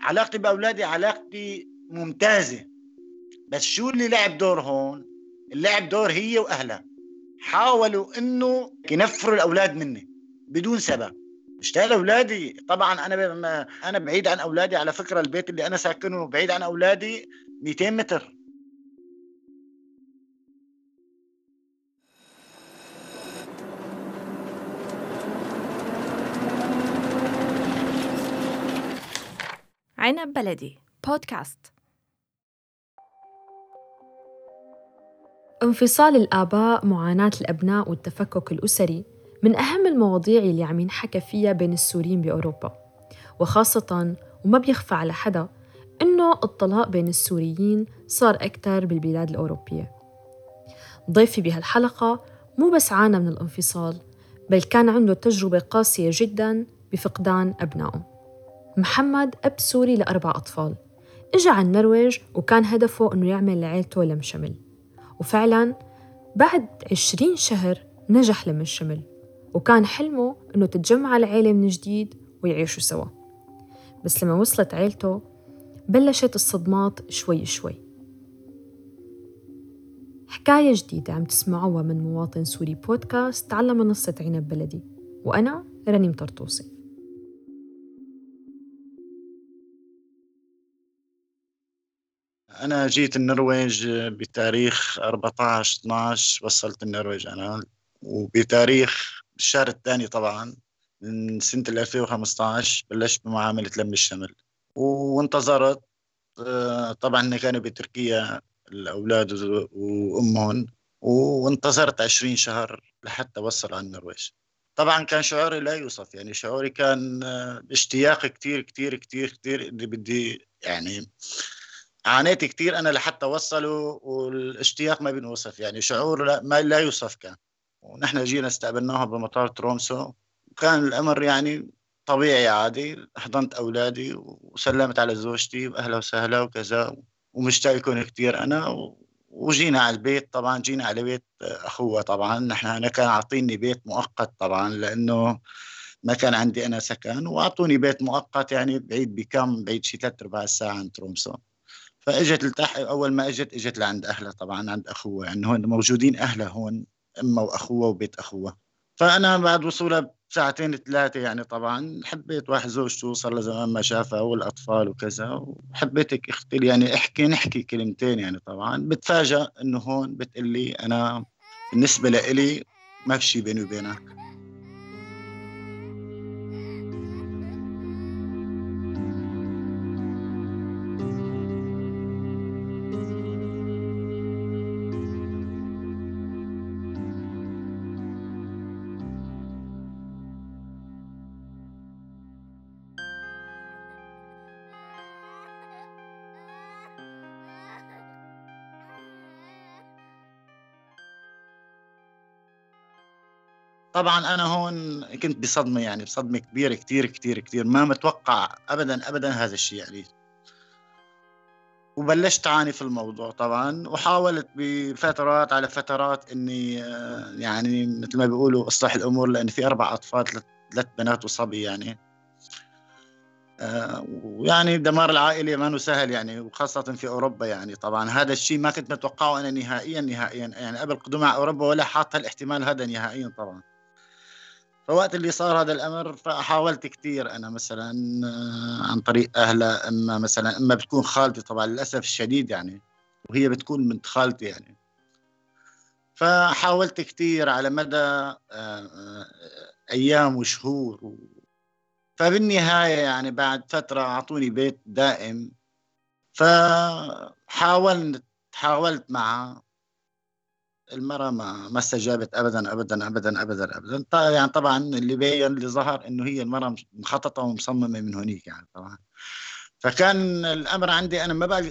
علاقتي بأولادي علاقتي ممتازة، بس شو اللي لعب دور هون؟ اللعب دور هي وأهلها حاولوا إنه ينفروا الأولاد مني بدون سبب. اشتغل أولادي طبعا. أنا بعيد عن أولادي، على فكرة البيت اللي أنا ساكنه بعيد عن أولادي 200 متر. عنب بلدي بودكاست. انفصال الآباء، معاناة الأبناء والتفكك الأسري من أهم المواضيع اللي عم ينحكى فيها بين السوريين بأوروبا، وخاصة وما بيخفى على حدا إنه الطلاق بين السوريين صار أكتر بالبلاد الأوروبية. ضيفي بهالحلقة مو بس عانى من الانفصال، بل كان عنده تجربة قاسية جداً بفقدان أبنائه. محمد أب سوري ل4 أطفال، إجا على النرويج وكان هدفه إنه يعمل لعيلته لم شمل، وفعلاً بعد 20 شهر نجح لم الشمل، وكان حلمه إنه تتجمع العيلة من جديد ويعيشوا سوا. بس لما وصلت عيلته بلشت الصدمات شوي شوي. حكاية جديدة عم تسمعوها من مواطن سوري بودكاست على منصة عنب بلدي، وأنا رنيم طرطوسي. أنا جيت النرويج بتاريخ 14/12، وصلت النرويج أنا، وبتاريخ الشهر الثاني طبعا من سنة 2015 بلشت بمعاملة لم الشمل، وانتظرت. طبعا كانوا بتركيا الأولاد وأمهم، وانتظرت 20 شهر لحتى وصل على النرويج. طبعا كان شعوري لا يوصف، يعني شعوري كان اشتياق كتير كتير كتير كتير اللي بدي يعني. عانيت كتير أنا لحتى وصلوا، والاشتياق ما بينوصف، يعني شعور لا يوصف كان. ونحن جينا استقبلناها بمطار ترومسو، وكان الأمر يعني طبيعي عادي. حضنت أولادي وسلمت على زوجتي وأهلا وسهلا وكذا، ومشتاق لكم كتير أنا. وجينا على البيت، طبعا جينا على بيت أخوة. طبعا أنا كان عاطيني بيت مؤقت طبعا، لأنه ما كان عندي أنا سكن، وأعطوني بيت مؤقت يعني بعيد شي 3/4 ساعة عن ترومسو. فاجت اول ما اجت لعند اهلها طبعا، عند اخوها، يعني هون موجودين اهلها هون، امها واخوها وبيت اخوها. فانا بعد وصولها بساعتين 3 يعني طبعا حبيت واحد زوجته، صار له زمان ما شافها، والاطفال وكذا، وحبيتك اختي يعني نحكي كلمتين يعني. طبعا بتفاجأ انه هون بتقلي انا بالنسبه لإلي ما في شيء بيني وبينك. طبعا انا هون كنت بصدمه، يعني بصدمه كبيره كتير كتير كتير، ما متوقع ابدا ابدا هذا الشيء يعني. وبلشت أعاني في الموضوع طبعا، وحاولت بفترات على فترات إني يعني مثل ما بيقولوا أصلح الأمور، لأن في 4 أطفال، 3 بنات وصبي يعني. ويعني دمار العائلة ما سهل يعني، وخاصة في أوروبا يعني. طبعا هذا الشيء ما كنت متوقعه أنا نهائيا يعني قبل قدومي على أوروبا، ولا حاط الاحتمال هذا نهائيا طبعا. فوقت اللي صار هذا الأمر فحاولت كثير أنا، مثلا عن طريق أهلها، إما بتكون خالتي طبعا للأسف الشديد يعني، وهي بتكون بنت خالتي يعني. فحاولت كثير على مدى أيام وشهور. فبالنهاية يعني بعد فترة أعطوني بيت دائم. حاولت معها المرأة، ما استجابت أبدا أبدا أبدا أبدا أبدا. يعني طبعا اللي ظهر إنه هي المرأة مخططة ومصممة من هناك يعني طبعا. فكان الأمر عندي أنا ما بقى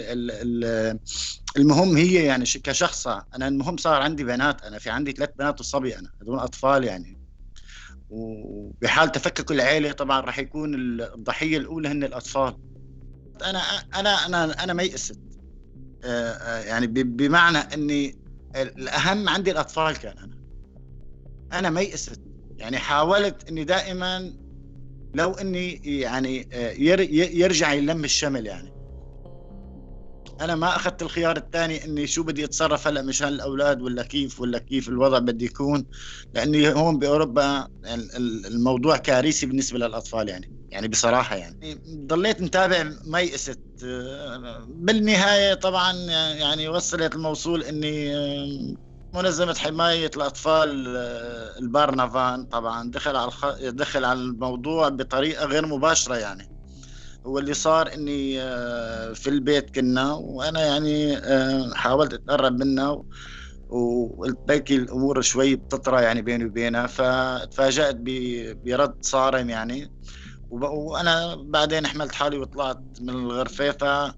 المهم هي يعني كشخصة أنا، المهم صار عندي بنات، أنا في عندي 3 بنات وصبي، أنا هذول أطفال يعني. وبحال تفكك العائلة طبعا راح يكون الضحية الأولى هن الأطفال. أنا أنا ما يأست، يعني بمعنى أني الأهم عندي الأطفال. كان أنا ما يأست يعني، حاولت أني دائما لو اني يعني يرجع يلم الشمل يعني. انا ما اخذت الخيار الثاني اني شو بدي اتصرف هلا مشان الاولاد، ولا كيف الوضع بدي يكون، لاني هون باوروبا الموضوع كارثي بالنسبه للاطفال يعني بصراحه يعني ضليت متابع ما يئست. بالنهايه طبعا يعني وصلت الموصول اني منظمة حماية الأطفال البارنافان طبعا دخل على الموضوع بطريقة غير مباشرة يعني. هو اللي صار اني في البيت كنا، وانا يعني حاولت اتقرب منها وقلت بلكي الامور شوي بتطرى يعني بيني وبينها، فتفاجأت برد صارم يعني. وانا بعدين حملت حالي وطلعت من الغرفة. ف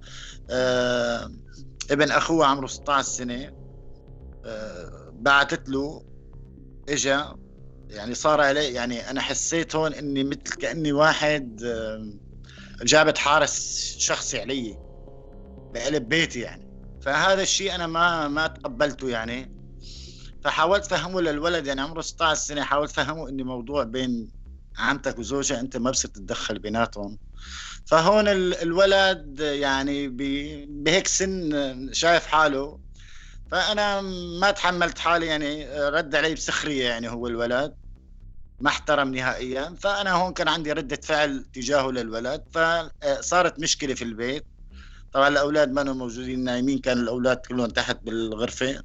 ابن اخوه عمره 16 سنة بعثت له، اجا يعني صار علي يعني انا حسيت هون اني مثل كاني واحد جابت حارس شخصي علي بقلب بيتي يعني. فهذا الشيء انا ما تقبلته يعني. فحاولت فهمه للولد يعني عمره 16 سنه، حاولت فهمه اني موضوع بين عمتك وزوجها انت ما بصير تتدخل بيناتهم. فهون الولد يعني بهيك سن شايف حاله. فانا ما تحملت حالي يعني، رد علي بسخريه يعني هو الولد ما احترم نهائيا. فانا هون كان عندي رده فعل تجاهه للولد، فصارت مشكله في البيت. طبعا الاولاد ما كانوا موجودين نايمين، كان الاولاد كلهم تحت بالغرفه.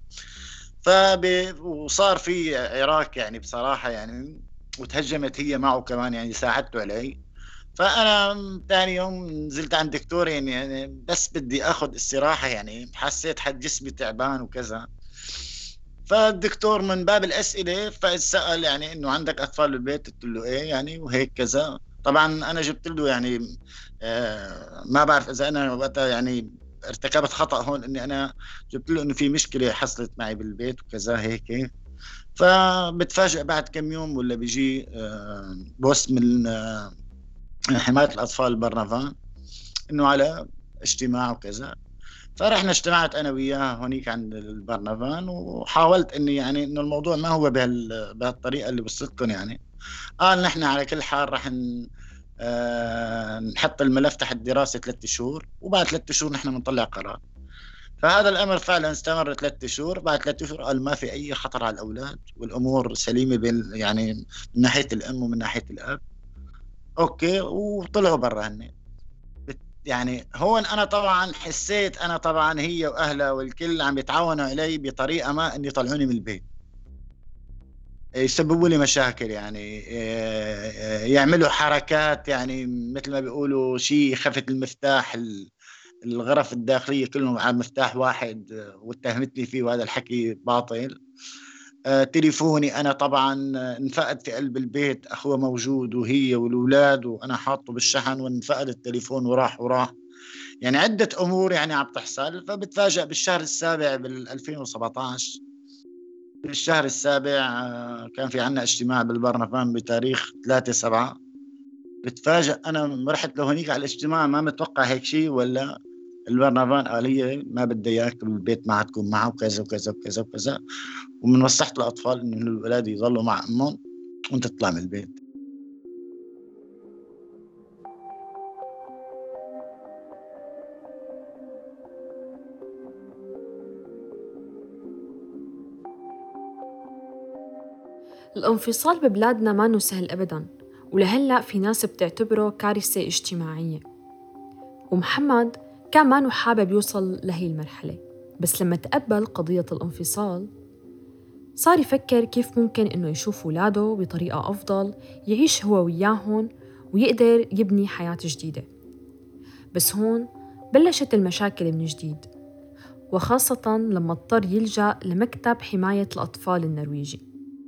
وصار في عراك يعني بصراحه يعني. وتهجمت هي معه كمان يعني ساعدته علي. فانا ثاني يوم نزلت عند دكتور يعني بس بدي اخذ استراحه يعني، حسيت حد جسمي تعبان وكذا. فالدكتور من باب الاسئله فسال يعني انه عندك اطفال بالبيت؟ قلت له ايه يعني وهيك كذا. طبعا انا جبت له يعني ما بعرف اذا انا وقتها يعني ارتكبت خطأ هون، اني انا جبت له انه في مشكله حصلت معي بالبيت وكذا هيك. فبتفاجئ بعد كم يوم ولا بيجي بوست من حمايه الاطفال برنافان انه على اجتماع وكذا. فرحنا اجتمعت انا وياه هونيك عند البرنابان، وحاولت اني يعني انه الموضوع ما هو بهالطريقه اللي وصلتكم يعني. قال نحن على كل حال راح نحط الملف تحت دراسه 3 شهور، وبعد 3 شهور نحن بنطلع قرار. فهذا الامر فعلا استمر 3 شهور. بعد 3 شهور قال ما في اي خطر على الاولاد والامور سليمه بين يعني من ناحيه الام ومن ناحيه الاب. اوكي، وطلعوا برا هن. يعني هون انا طبعا حسيت انا طبعا هي واهلها والكل عم يتعاونوا علي بطريقه ما اني يطلعوني من البيت، يسببوا لي مشاكل يعني، يعملوا حركات يعني مثل ما بيقولوا شيء خفت المفتاح الغرف الداخليه كلهم على مفتاح واحد، واتهمتني فيه، وهذا الحكي باطل. تليفوني انا طبعا انفقد في قلب البيت، اخوه موجود وهي والاولاد وانا حاطه بالشحن، وانفقد التليفون وراح يعني عدة أمور يعني عم تحصل. فبتفاجأ بالشهر السابع بال 2017، بالشهر السابع كان في عنا اجتماع بالبرنامج بتاريخ 3/7. بتفاجأ أنا رحت لهونيك على الاجتماع ما متوقع هيك شيء، ولا البرنامج قال لي ما بدي إياك بالبيت ما تكون معه وكذا وكذا وكذا وكذا، ومن مصلحة الأطفال إنه الأولاد يضلوا مع أمهم وأنت تطلع من البيت. الانفصال ببلادنا ما سهل أبداً، ولهلأ في ناس بتعتبره كارثة اجتماعية. ومحمد كان ما حابب يوصل لهي المرحلة، بس لما تقبل قضية الانفصال صار يفكر كيف ممكن إنه يشوف ولاده بطريقة أفضل، يعيش هو وياهن ويقدر يبني حياة جديدة. بس هون بلشت المشاكل من جديد، وخاصة لما اضطر يلجأ لمكتب حماية الأطفال النرويجي.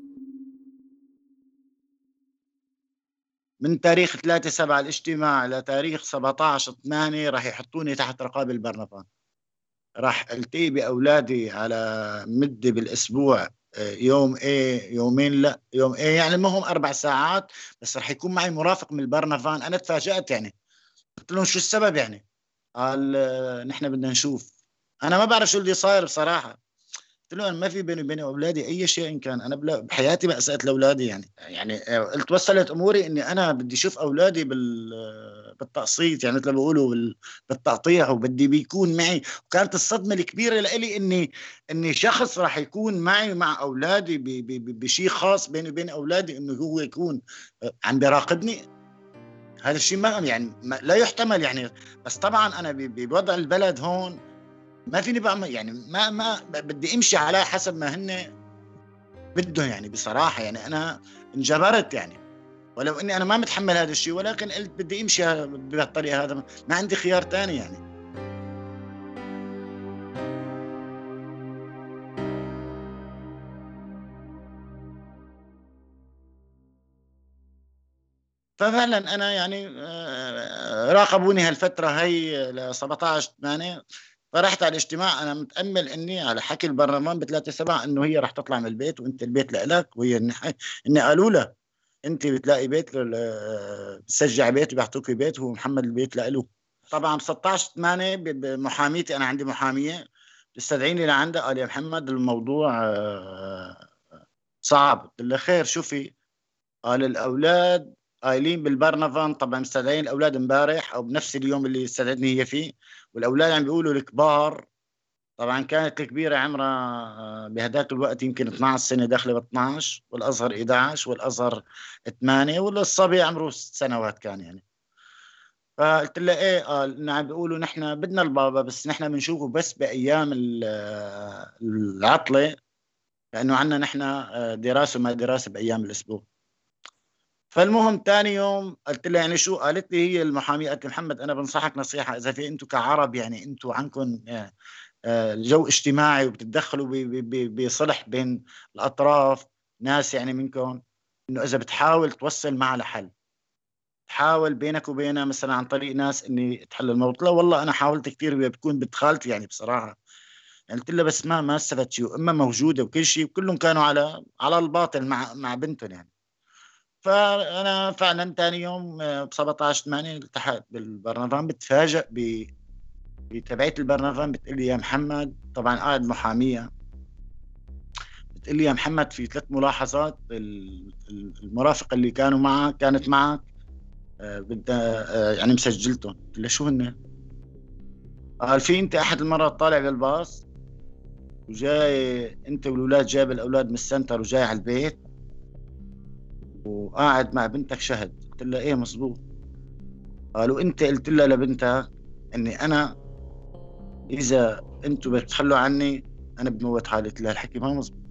من تاريخ 3/7 الاجتماع لتاريخ 17/8 راح يحطوني تحت رقابة البرلمان. راح التقي باولادي على مده بالاسبوع، يوم ايه يومين، لا يوم ايه يعني المهم 4 ساعات. بس راح يكون معي مرافق من البرنافان. انا تفاجأت يعني، قلت لهم شو السبب يعني؟ قال نحن بدنا نشوف. انا ما بعرف شو اللي صاير بصراحه. قلت له أنا ما في بيني وبين أولادي أي شيء إن كان، أنا بحياتي ما أسأت لأولادي يعني قلت وصلت أموري إني أنا بدي أشوف أولادي بالتقسيط، يعني مثل ما بيقولوا بالتقطيع، وبدي بيكون معي. وكانت الصدمة الكبيرة لإلي إني شخص راح يكون معي مع أولادي بشيء خاص بيني وبين أولادي، إنه هو يكون عم بيراقبني. هذا الشيء ما يعني لا يحتمل يعني. بس طبعا أنا بوضع البلد هون ما فيني بعمل يعني، ما بدي امشي على حسب ما هن بدهم يعني. بصراحة يعني انا انجبرت يعني، ولو اني انا ما متحمل هذا الشيء، ولكن قلت بدي امشي بهالطريقة، هذا ما عندي خيار تاني يعني. ففعلا انا يعني راقبوني هالفترة هي ل 17/8. فرحت على الاجتماع، انا متامل اني على حكي البرلمان ب 3/7 انه هي رح تطلع من البيت وانت البيت لإلك، وهي اني قالوا لها انت بتلاقي بيت بتسجع بيت وبيعطوك بيت، هو محمد البيت لإله. طبعا ب 16/8 بمحاميتي، انا عندي محاميه تستدعيني لعندها، قال يا محمد الموضوع صعب. قلت له خير شو في؟ قال الاولاد قايلين بالبرنفان. طبعا مستدعين الاولاد امبارح او بنفس اليوم اللي استدعتني هي فيه، والاولاد عم بيقولوا الكبار. طبعا كانت الكبيره عمرها بهداك الوقت يمكن 12 سنه داخله ب 12، والاصغر 11، والاصغر 8، والصبي عمره 6 سنوات كان يعني. فقلت له ايه؟ قال نعم بيقولوا نحن بدنا البابا، بس نحن بنشوفه بس بايام العطله، لانه عندنا نحن دراسه وما دراسه بايام الاسبوع. فالمهم ثاني يوم قلت لها يعني شو؟ قالت لي هي المحاميه، قالت لي محمد انا بنصحك نصيحه، اذا في انتم كعرب يعني انتم عندكم جو اجتماعي وبتتدخلوا بصلح بين الاطراف، ناس يعني منكم، انه اذا بتحاول توصل معها لحل، تحاول بينك وبينها مثلا عن طريق ناس اني تحل الموضوع. لا والله انا حاولت كثير، بتكون بنت خالتي يعني بصراحه. يعني قلت لها بس ما استفدت شيء، اما موجوده وكل شيء، وكلهم كانوا على الباطل مع بنتهم يعني. فانا فعلا ثاني يوم ب 17/8 التحقت بالبرلمان، بتفاجئ بتبعية البرلمان بتقول لي يا محمد، طبعا قاعد محاميه، بتقول لي يا محمد في 3 ملاحظات، المرافقه اللي كانت معك بدها يعني مسجلتهم. قلت له شو هن؟ قال في انت احد المرات طالع بالباص وجاي انت والولاد، جايب الاولاد من السنتر وجاي على البيت وقاعد مع بنتك شهد. قلت له ايه مزبوط. قالوا انت قلت لها لبنتك اني انا اذا انتوا بتخلوا عني انا بموت حالي. قلت لها الحكي ما مزبوط.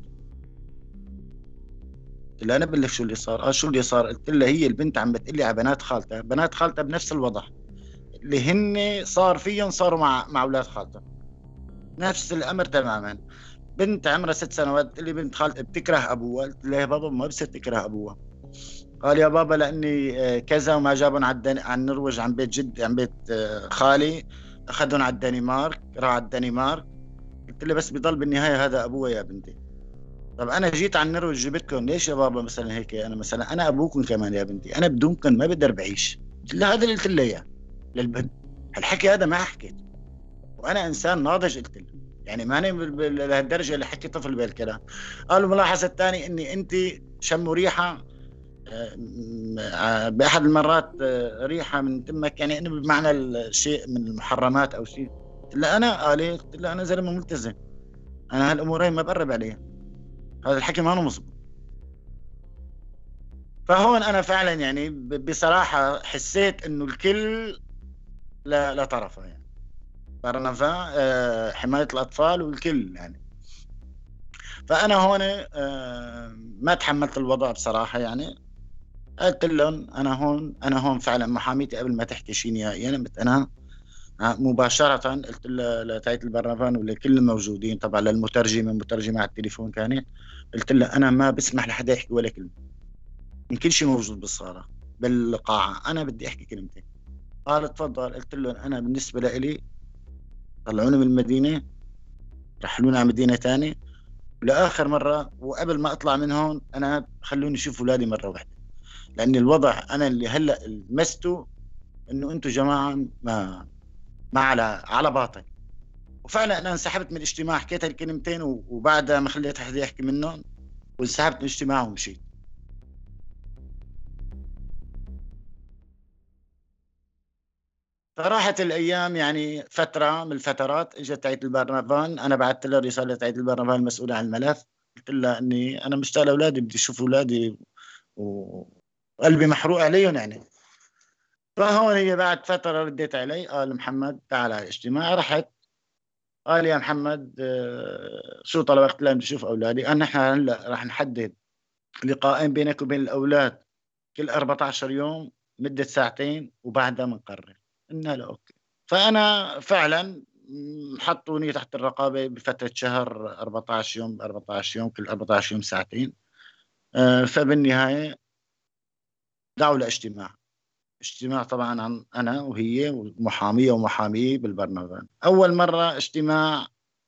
قلت لها انا بقول لك شو اللي صار. شو اللي صار؟ قلت لها هي البنت عم بتقول لي على بنات خالتها بنفس الوضع اللي هن صار فيهم، صاروا مع اولاد خالتها نفس الامر تماما. بنت عمرها 6 سنوات بتقول لي بنت خالتي بتكره ابوها. قلت له يا بابا ما بصير تكره ابوها. قال يا بابا لاني كذا وما جابهم على النرويج، عن بيت عن بيت خالي، اخذهم على الدنمارك، راح على الدنمارك. قلت له بس بضل بالنهايه هذا ابوها يا بنتي. طب انا جيت على النرويج جبتكم ليش يا بابا مثلا هيك؟ انا مثلا انا ابوكم كمان يا بنتي، انا بدونكم ما بقدر بعيش. قلت له هذا اللي قلت له اياه للبنت. الحكي هذا ما حكيت، وانا انسان ناضج. قلت له يعني ماني لهالدرجه اللي حكي طفل بهالكلام. قالوا الملاحظه الثانيه اني انت شموا ريحه باحد المرات ريحه من تمك، يعني انه بمعنى الشيء من المحرمات او شيء. قلت له انا قلت له انا زلمه ملتزم، انا هالامورين ما بقرب عليها، هذا الحكي ما هو مظبوط. فهون انا فعلا يعني بصراحه حسيت انه الكل لا طرفه يعني، برنفا حمايه الاطفال والكل يعني. فانا هون ما تحملت الوضع بصراحه يعني. قلت لهم انا هون فعلا محاميتي قبل ما تحكي شيء نهائيا. انا مباشره قلت لتاية البرنابان ولكل الموجودين، طبعا للمترجم المترجمه على التليفون كانت، قلت له انا ما بسمح لحدا يحكي ولا كلمه من كل شيء موجود بالصاله بالقاعه، انا بدي احكي كلمتين. قال تفضل. قلت لهم انا بالنسبه لي طلعوني من المدينه، رحلوني على مدينه ثانيه، لاخر مره وقبل ما اطلع من هون انا خلوني اشوف اولادي مره واحده. لان الوضع انا اللي هلا لمسته انه انتم جماعه ما على باطل. وفعلا انا انسحبت من الاجتماع، حكيت هالكلمتين وبعدها ما خليت حدا يحكي منهم، وانسحبت من الاجتماع ومشيت. فراحت الايام، يعني فتره من الفترات اجت عيد البرنابان، انا بعثت لها رساله عيد البرنابان المسؤوله عن الملف، قلت لها اني انا مشتاق لاولادي، بدي اشوف اولادي وقلبي محروق عليهم يعني. فهون هي بعد فتره رديت علي، قال محمد تعال على الاجتماع. رحت، قال يا محمد شو طلبك؟ قلت له بدي اشوف اولادي. قال نحن هلا رح نحدد لقاءين بينك وبين الاولاد كل 14 يوم مده ساعتين، وبعدها بنقرر. قلنا له اوكي. فأنا فعلا حطوني تحت الرقابة بفترة شهر، 14 يوم 14 يوم، كل 14 يوم ساعتين. فبالنهاية دعوا لاجتماع. اجتماع طبعا عن أنا وهي ومحامية ومحامي بالبرنامج. أول مرة اجتماع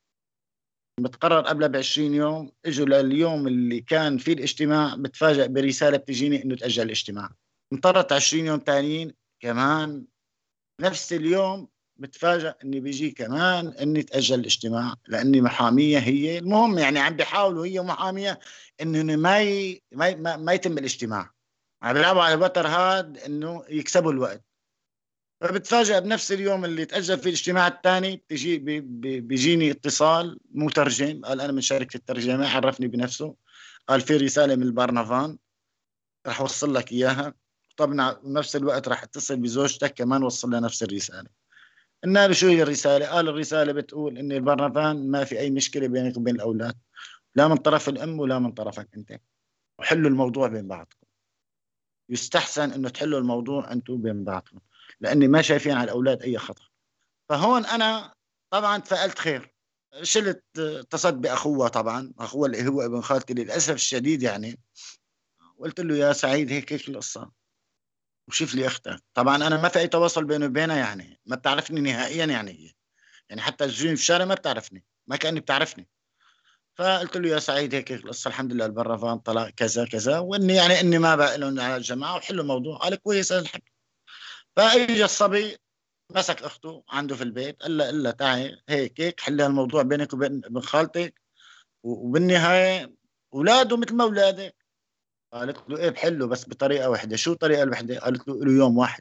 متقرر قبلها ب20 يوم، اجوا لليوم اللي كان فيه الاجتماع بتفاجئ برسالة بتجيني انه تأجل الاجتماع. انطرت 20 يوم تانيين كمان نفس اليوم بتفاجأ اني بيجي كمان اني تأجل الاجتماع، لاني محامية هي. المهم يعني عم بيحاولوا هي محامية انه ما يتم الاجتماع، عم بيلعبوا على الوتر هاد انه يكسبوا الوقت. فبتفاجأ بنفس اليوم اللي تأجل فيه الاجتماع الثاني بتجي بيجيني اتصال مترجم، قال انا من شركة الترجمة، عرفني بنفسه، قال في رسالة من البرنامج رح اوصل لك اياها. طبعا بنفس الوقت راح اتصل بزوجتك كمان وصل لها نفس الرسالة. قلنا له شو هي الرسالة؟ قال الرسالة بتقول إن البرنابان ما في أي مشكلة بينك وبين الأولاد، لا من طرف الأم ولا من طرفك أنت، وحلوا الموضوع بين بعضكم. يستحسن إنه تحلوا الموضوع أنتم بين بعضكم، لأني ما شايفين على الأولاد أي خطر. فهون أنا طبعا تفائلت خير. شلت، اتصلت بأخوه، طبعا أخوه اللي هو ابن خالتي للأسف الشديد يعني، وقلت له يا سعيد هيك القصة، وشوف لي أختك. طبعا أنا ما في أي تواصل بيني وبينها، يعني ما بتعرفني نهائيا يعني هي، يعني حتى تجيني في الشارع ما بتعرفني، ما كأني بتعرفني. فقلت له يا سعيد هيك القصه، الحمد لله البرفان طلع كذا كذا، واني يعني اني ما بقى لهم على الجماعه وحلوا الموضوع. قال كويس الحكي. فاجى الصبي مسك اخته عنده في البيت، قال لها الا تعي هيك حلها الموضوع بينك وبين ابن خالتك، وبالنهايه اولاده مثل ما اولادك. قالت له ايه بحله بس بطريقه واحده. شو الطريقه الوحده؟ قالت له يوم واحد.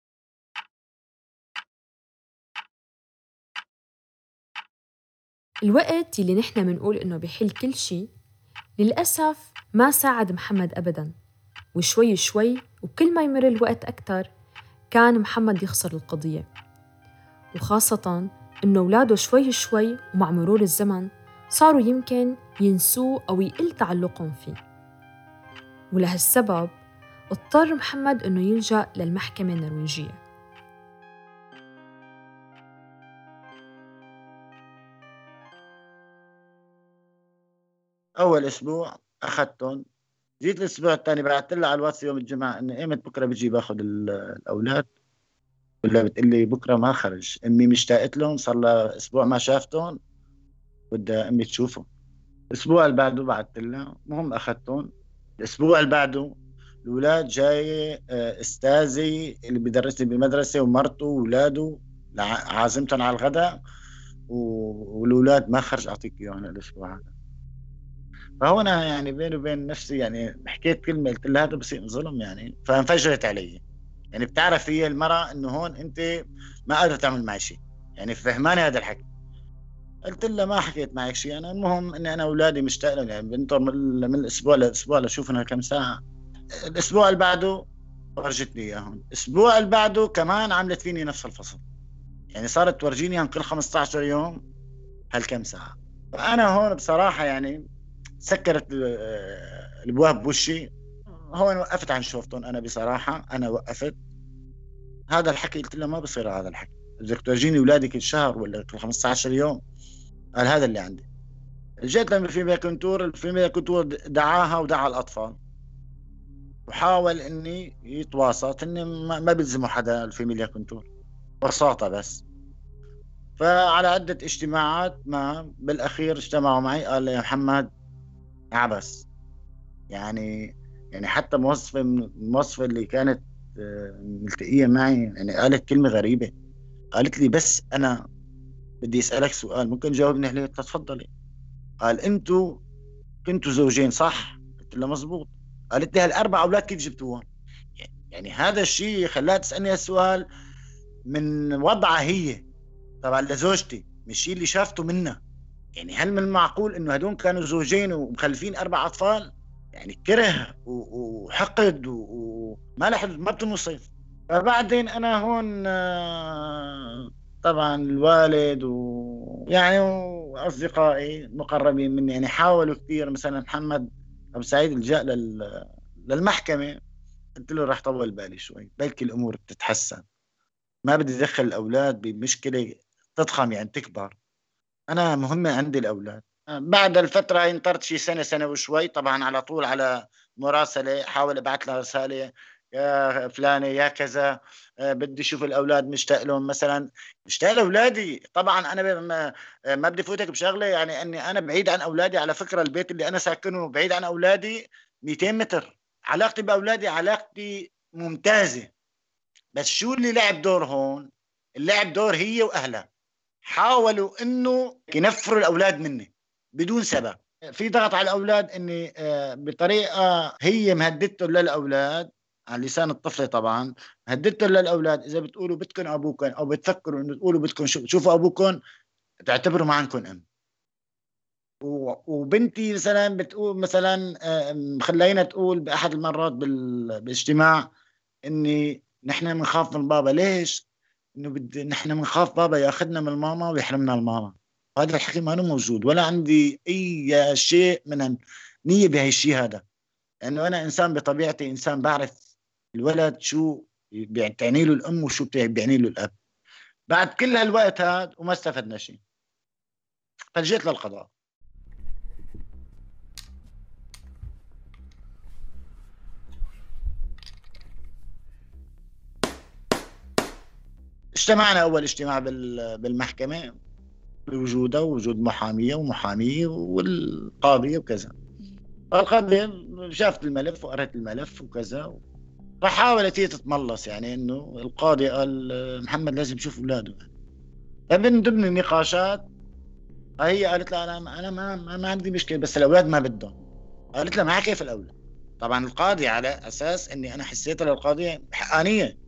الوقت اللي نحن منقول إنه بيحل كل شي للأسف ما ساعد محمد أبداً، وشوي شوي وكل ما يمر الوقت أكتر كان محمد يخسر القضية، وخاصة إنه أولاده شوي شوي ومع مرور الزمن صاروا يمكن ينسوه أو يقل تعلقهم فيه. ولهالسبب اضطر محمد إنه يلجأ للمحكمة النرويجية. اول اسبوع اخذتهم، جيت الاسبوع الثاني بعثت لها على الواتس يوم الجمعه انه ايمت بكره بجي باخذ الاولاد، ولا بتقول لي بكره ما خرج، امي مشتاقت لهم صار لها اسبوع ما شافتهم، بدها امي تشوفهم. الاسبوع اللي بعده بعثت لها، المهم اخذتهم. الاسبوع اللي بعده الاولاد جاي، استاذي اللي بيدرسني بمدرسه ومرته واولاده عازمتهم على الغداء، والاولاد ما خرج اعطيك اياهم الاسبوع هذا. فهو انا يعني بيني وبين نفسي يعني حكيت كلمه، قلت لها هذا بصير ظلم يعني، فانفجرت علي. يعني بتعرف هي المرأة انه هون انت ما قادر تعمل معي شيء، يعني فهماني هذا الحكي. قلت لها ما حكيت معك شيء انا، المهم اني انا اولادي مشتاق لهم، يعني بنطر من الاسبوع للاسبوع لشوفنا كم ساعه. الاسبوع اللي بعده فرجتني اياهم، الاسبوع اللي بعده كمان عملت فيني نفس الفصل، يعني صارت تورجيني عن كل 15 يوم هالكم ساعه. فانا هون بصراحه يعني سكرت الابواب بوشي. هون وقفت عن شوفتهم، انا بصراحه انا وقفت هذا الحكي. قلت له ما بصير هذا الحكي، بدك تورجيني اولادي كل شهر ولا كل 15 يوم؟ قال هذا اللي عندي. جيت لما في كنتور، الفيلم كنتور دعاها ودعا الاطفال، وحاول اني يتواصل اني ما بيلزموا حدا الفاميليا كنتور، بساطه بس. فعلى عده اجتماعات ما بالاخير اجتمعوا معي، قال لي يا محمد عبس يعني. يعني حتى موظفه من الموظفه اللي كانت ملتقيه معي يعني قالت كلمه غريبه، قالت لي بس انا بدي اسالك سؤال ممكن تجاوبني عليه؟ تفضلي. قال انتوا كنتوا زوجين صح؟ قلت له مزبوط. قالت لي هالاربع اولاد كيف جبتوهم؟ يعني هذا الشيء خلاها تسالني هالسؤال من وضعها هي طبعا لزوجتي، مش الشيء اللي شافته منها. يعني هل من المعقول انه هدول كانوا زوجين ومخلفين 4 اطفال؟ يعني كره وحقد وما لحد ما بتنصف. فبعدين انا هون طبعا الوالد ويعني واصدقائي مقربين مني يعني حاولوا كثير. مثلا محمد ابو سعيد الجاء للمحكمه، قلت له راح طول بالي شوي بلكي الامور بتتحسن، ما بدي ادخل الاولاد بمشكله تضخم يعني تكبر. انا مهمه عندي الاولاد. بعد الفتره انطرت شي سنه سنه وشوي، طبعا على طول على مراسله حاول ابعث لها رساله يا فلانه يا كذا، بدي اشوف الاولاد مشتاق لهم مثلا، مشتاق لاولادي. طبعا انا ما بدي فوتك بشغله، يعني اني انا بعيد عن اولادي. على فكره البيت اللي انا ساكنه بعيد عن اولادي 200 متر. علاقتي باولادي علاقتي ممتازه. بس شو اللي لعب دور هون؟ اللي لعب دور هي واهلها، حاولوا انه ينفروا الاولاد مني بدون سبب. في ضغط على الاولاد اني بطريقه هي مهددته للاولاد على لسان الطفله طبعا، هددته للاولاد اذا بتقولوا بدكم ابوكم او بتفكروا انه تقولوا بدكم شوفوا ابوكم تعتبروا ما عندكم ام. وبنتي مثلا بتقول مثلا خلينا تقول باحد المرات بالاجتماع اني نحن بنخاف من بابا. ليش؟ انه نحن بنخاف بابا ياخذنا من الماما ويحرمنا الماما. هذا الحكي ما موجود ولا عندي اي شيء من نية بهي الشيء هذا. لانه انا انسان بطبيعتي، انسان بعرف الولد شو بتعني له الام وشو بتعني له الاب. بعد كل هالوقت هذا وما استفدنا شيء، فجيت للقضاء. اجتمعنا اول اجتماع بالمحكمة بوجودها ووجود محامية ومحامي والقاضية وكذا. القاضية شافت الملف وقرأت الملف وكذا، فحاولت هي تتملص يعني انه القاضي قال محمد لازم يشوف اولاده. فمن ضمن النقاشات هي قالت لا انا ما عندي مشكله بس الاولاد ما بدهم. قالت لها معك كيف الاولاد؟ طبعا القاضي على اساس اني انا حسيت للقاضيه حقانيه.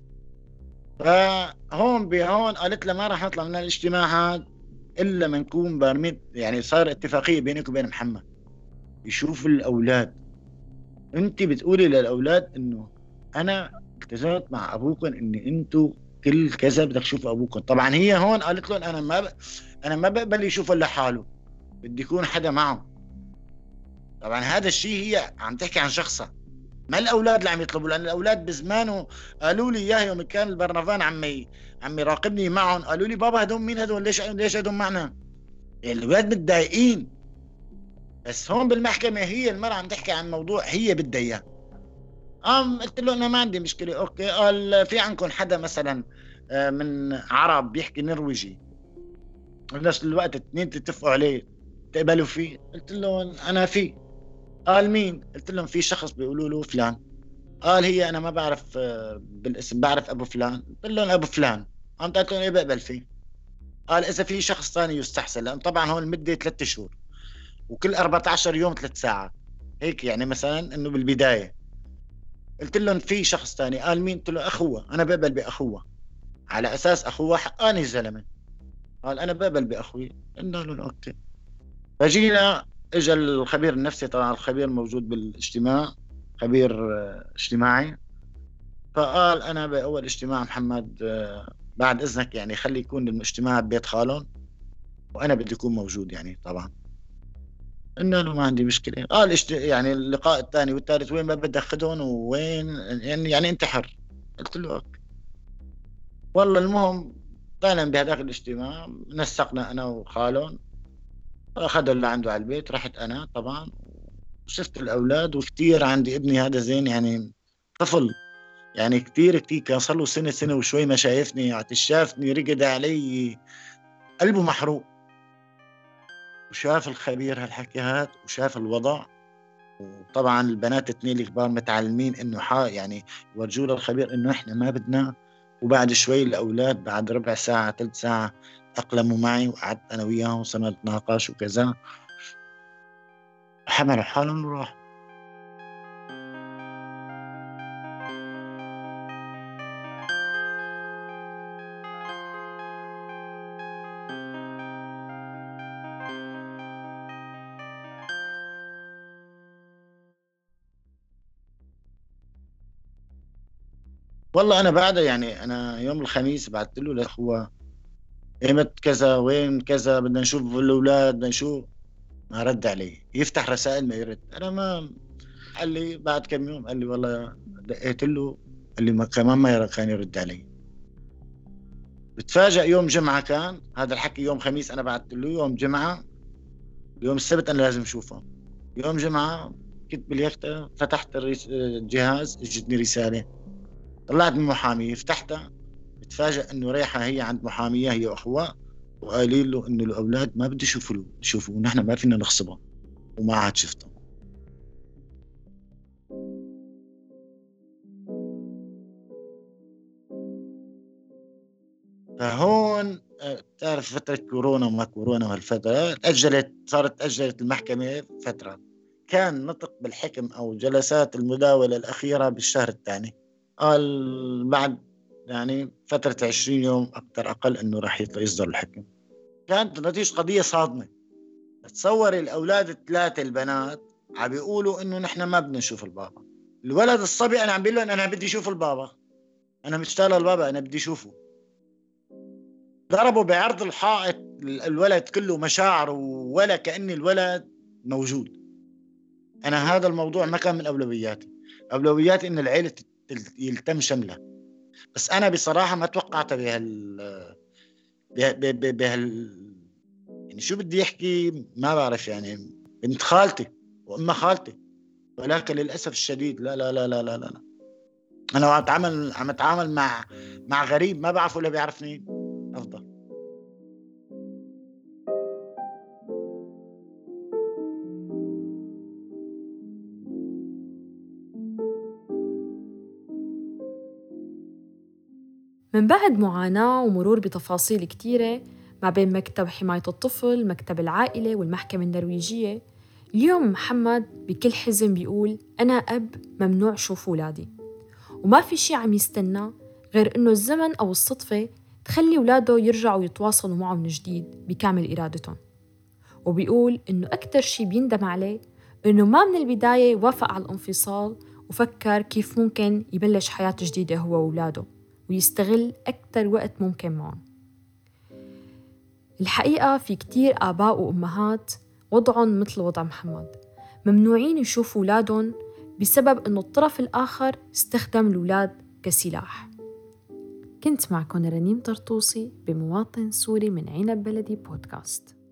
فهون بهون قالت لها ما راح نطلع من الاجتماع هذا الا ما نكون بارمين، يعني صار اتفاقيه بينك وبين محمد يشوف الاولاد. انت بتقولي للاولاد انه انا التزمت مع ابوكم ان انتوا كل كذا بدك تشوفوا ابوكم. طبعا هي هون قالت لهم انا ما بقبل يشوف الا حاله، بدي يكون حدا معه. طبعا هذا الشيء هي عم تحكي عن شخصها، ما الاولاد اللي عم يطلبوا. لان الاولاد بزمانه قالوا لي اياه يوم كان البرنامج عم يراقبني معهم، قالوا لي بابا هدول مين هدول؟ ليش هدول معنا؟ يعني الاولاد متضايقين. بس هون بالمحكمه هي المرأة عم تحكي عن موضوع هي بدها اياه. قلت له انا ما عندي مشكله. اوكي. قال في عندكم حدا مثلا من عرب بيحكي نرويجي بنفس الوقت اثنين تتفقوا عليه تقبلوا فيه؟ قلت له انا في. قال مين؟ قلت لهم في شخص بيقولوا له فلان. قال هي انا ما بعرف بالاسم، بعرف ابو فلان. قلت لهم ابو فلان. قلت لهم ايه بقبل فيه. قال اذا في شخص ثاني يستحسن، لان طبعا هون المده 3 شهور وكل 14 يوم 3 ساعات هيك يعني مثلا انه بالبدايه. قلت لهم في شخص ثاني. قال مين؟ قلت له اخوه، انا بقبل باخوه على اساس اخوه حقاني الزلمه. قال انا بقبل باخوي. قلنا له اوكي. فجينا اجى الخبير النفسي، طبعا الخبير موجود بالاجتماع، خبير اجتماعي. فقال انا باول اجتماع محمد بعد اذنك يعني خلي يكون الاجتماع ببيت خالهم وانا بدي اكون موجود يعني طبعا. قلنا له ما عندي مشكله. قال يعني اللقاء الثاني والثالث وين ما بدك خذهم وين يعني انت حر. قلت له اوكي. والله المهم فعلا بهذاك الاجتماع نسقنا انا وخالهم، اخذوا اللي عنده على البيت. رحت انا طبعا وشفت الاولاد، وكثير عندي ابني هذا زين يعني طفل، يعني كثير كثير كان صار له سنه سنه وشوي ما شايفني، شافني رقد علي قلبه محروق. وشاف الخبير هالحكي هاد وشاف الوضع. وطبعا البنات الاثنين الكبار متعلمين انه يعني يورجوا للخبير انه احنا ما بدنا. وبعد شوي الاولاد بعد ربع ساعه ثلث ساعه تأقلموا معي، وقعدت أنا وياهم وصرنا نتناقش وكذا، حملوا حالهم وراحوا. والله أنا بعد يعني أنا يوم الخميس بعثت له لأخوه إيمت كذا، وين كذا، بدنا نشوف الأولاد، بدنا نشوف. ما رد علي، يفتح رسائل ما يرد. أنا ما قال لي بعد كم يوم، قال لي والله دقيت له، قال لي كمان ما كان يرد علي. بتفاجأ يوم جمعة كان هذا الحكي، يوم خميس أنا بعثت له، يوم جمعة يوم السبت أنا لازم أشوفه. يوم جمعة كنت باليخت، فتحت الجهاز، اجتني رسالة، طلعت من محامية، فتحتها، بتفاجأ انه رايحة هي عند محامية هي واخوها، وقايلين له انه الاولاد ما بدي يشوفوا ونحن ما فينا نغصبهم، وما عاد شفتهم. فهون تعرف فترة كورونا وما كورونا، وهالفترة صارت تأجلت المحكمة فترة. كان نطق بالحكم أو جلسات المداولة الأخيرة بالشهر الثاني، قال بعد يعني فترة 20 يوم أكثر أقل إنه راح يصدر الحكم. كانت نتيجة قضية صادمة. تصور الأولاد الثلاثة البنات عم بيقولوا إنه نحن ما بدنا نشوف البابا. الولد الصبي أنا عم بيقول له أنا بدي أشوف البابا، أنا مشتاق للبابا، أنا بدي أشوفه. ضربوا بعرض الحائط الولد كله مشاعر، ولا كأن الولد موجود. أنا هذا الموضوع ما كان من أولوياتي إن العيلة يلتم شملها. بس أنا بصراحة ما توقعت بهال يعني شو بدي أحكي، ما بعرف يعني. بنت خالتي وأم خالتي، ولكن للأسف الشديد لا لا لا لا لا لا. أنا عم أتعامل مع غريب ما بعرفه ولا بيعرفني. أفضل. من بعد معاناة ومرور بتفاصيل كتيرة ما بين مكتب حماية الطفل، مكتب العائلة، والمحكمة النرويجية، اليوم محمد بكل حزن بيقول أنا أب ممنوع شوف أولادي، وما في شي عم يستنى غير إنه الزمن أو الصدفة تخلي أولاده يرجعوا يتواصلوا معه من جديد بكامل إرادتهم. وبيقول إنه أكتر شي بيندم عليه إنه ما من البداية وافق على الانفصال وفكر كيف ممكن يبلش حياة جديدة هو وأولاده ويستغل أكتر وقت ممكن معهم. الحقيقة في كتير آباء وأمهات وضعهم مثل وضع محمد، ممنوعين يشوفوا أولادهم بسبب إنه الطرف الآخر استخدم الأولاد كسلاح. كنت معكم رنيم طرطوسي بمواطن سوري من عنب بلدي بودكاست.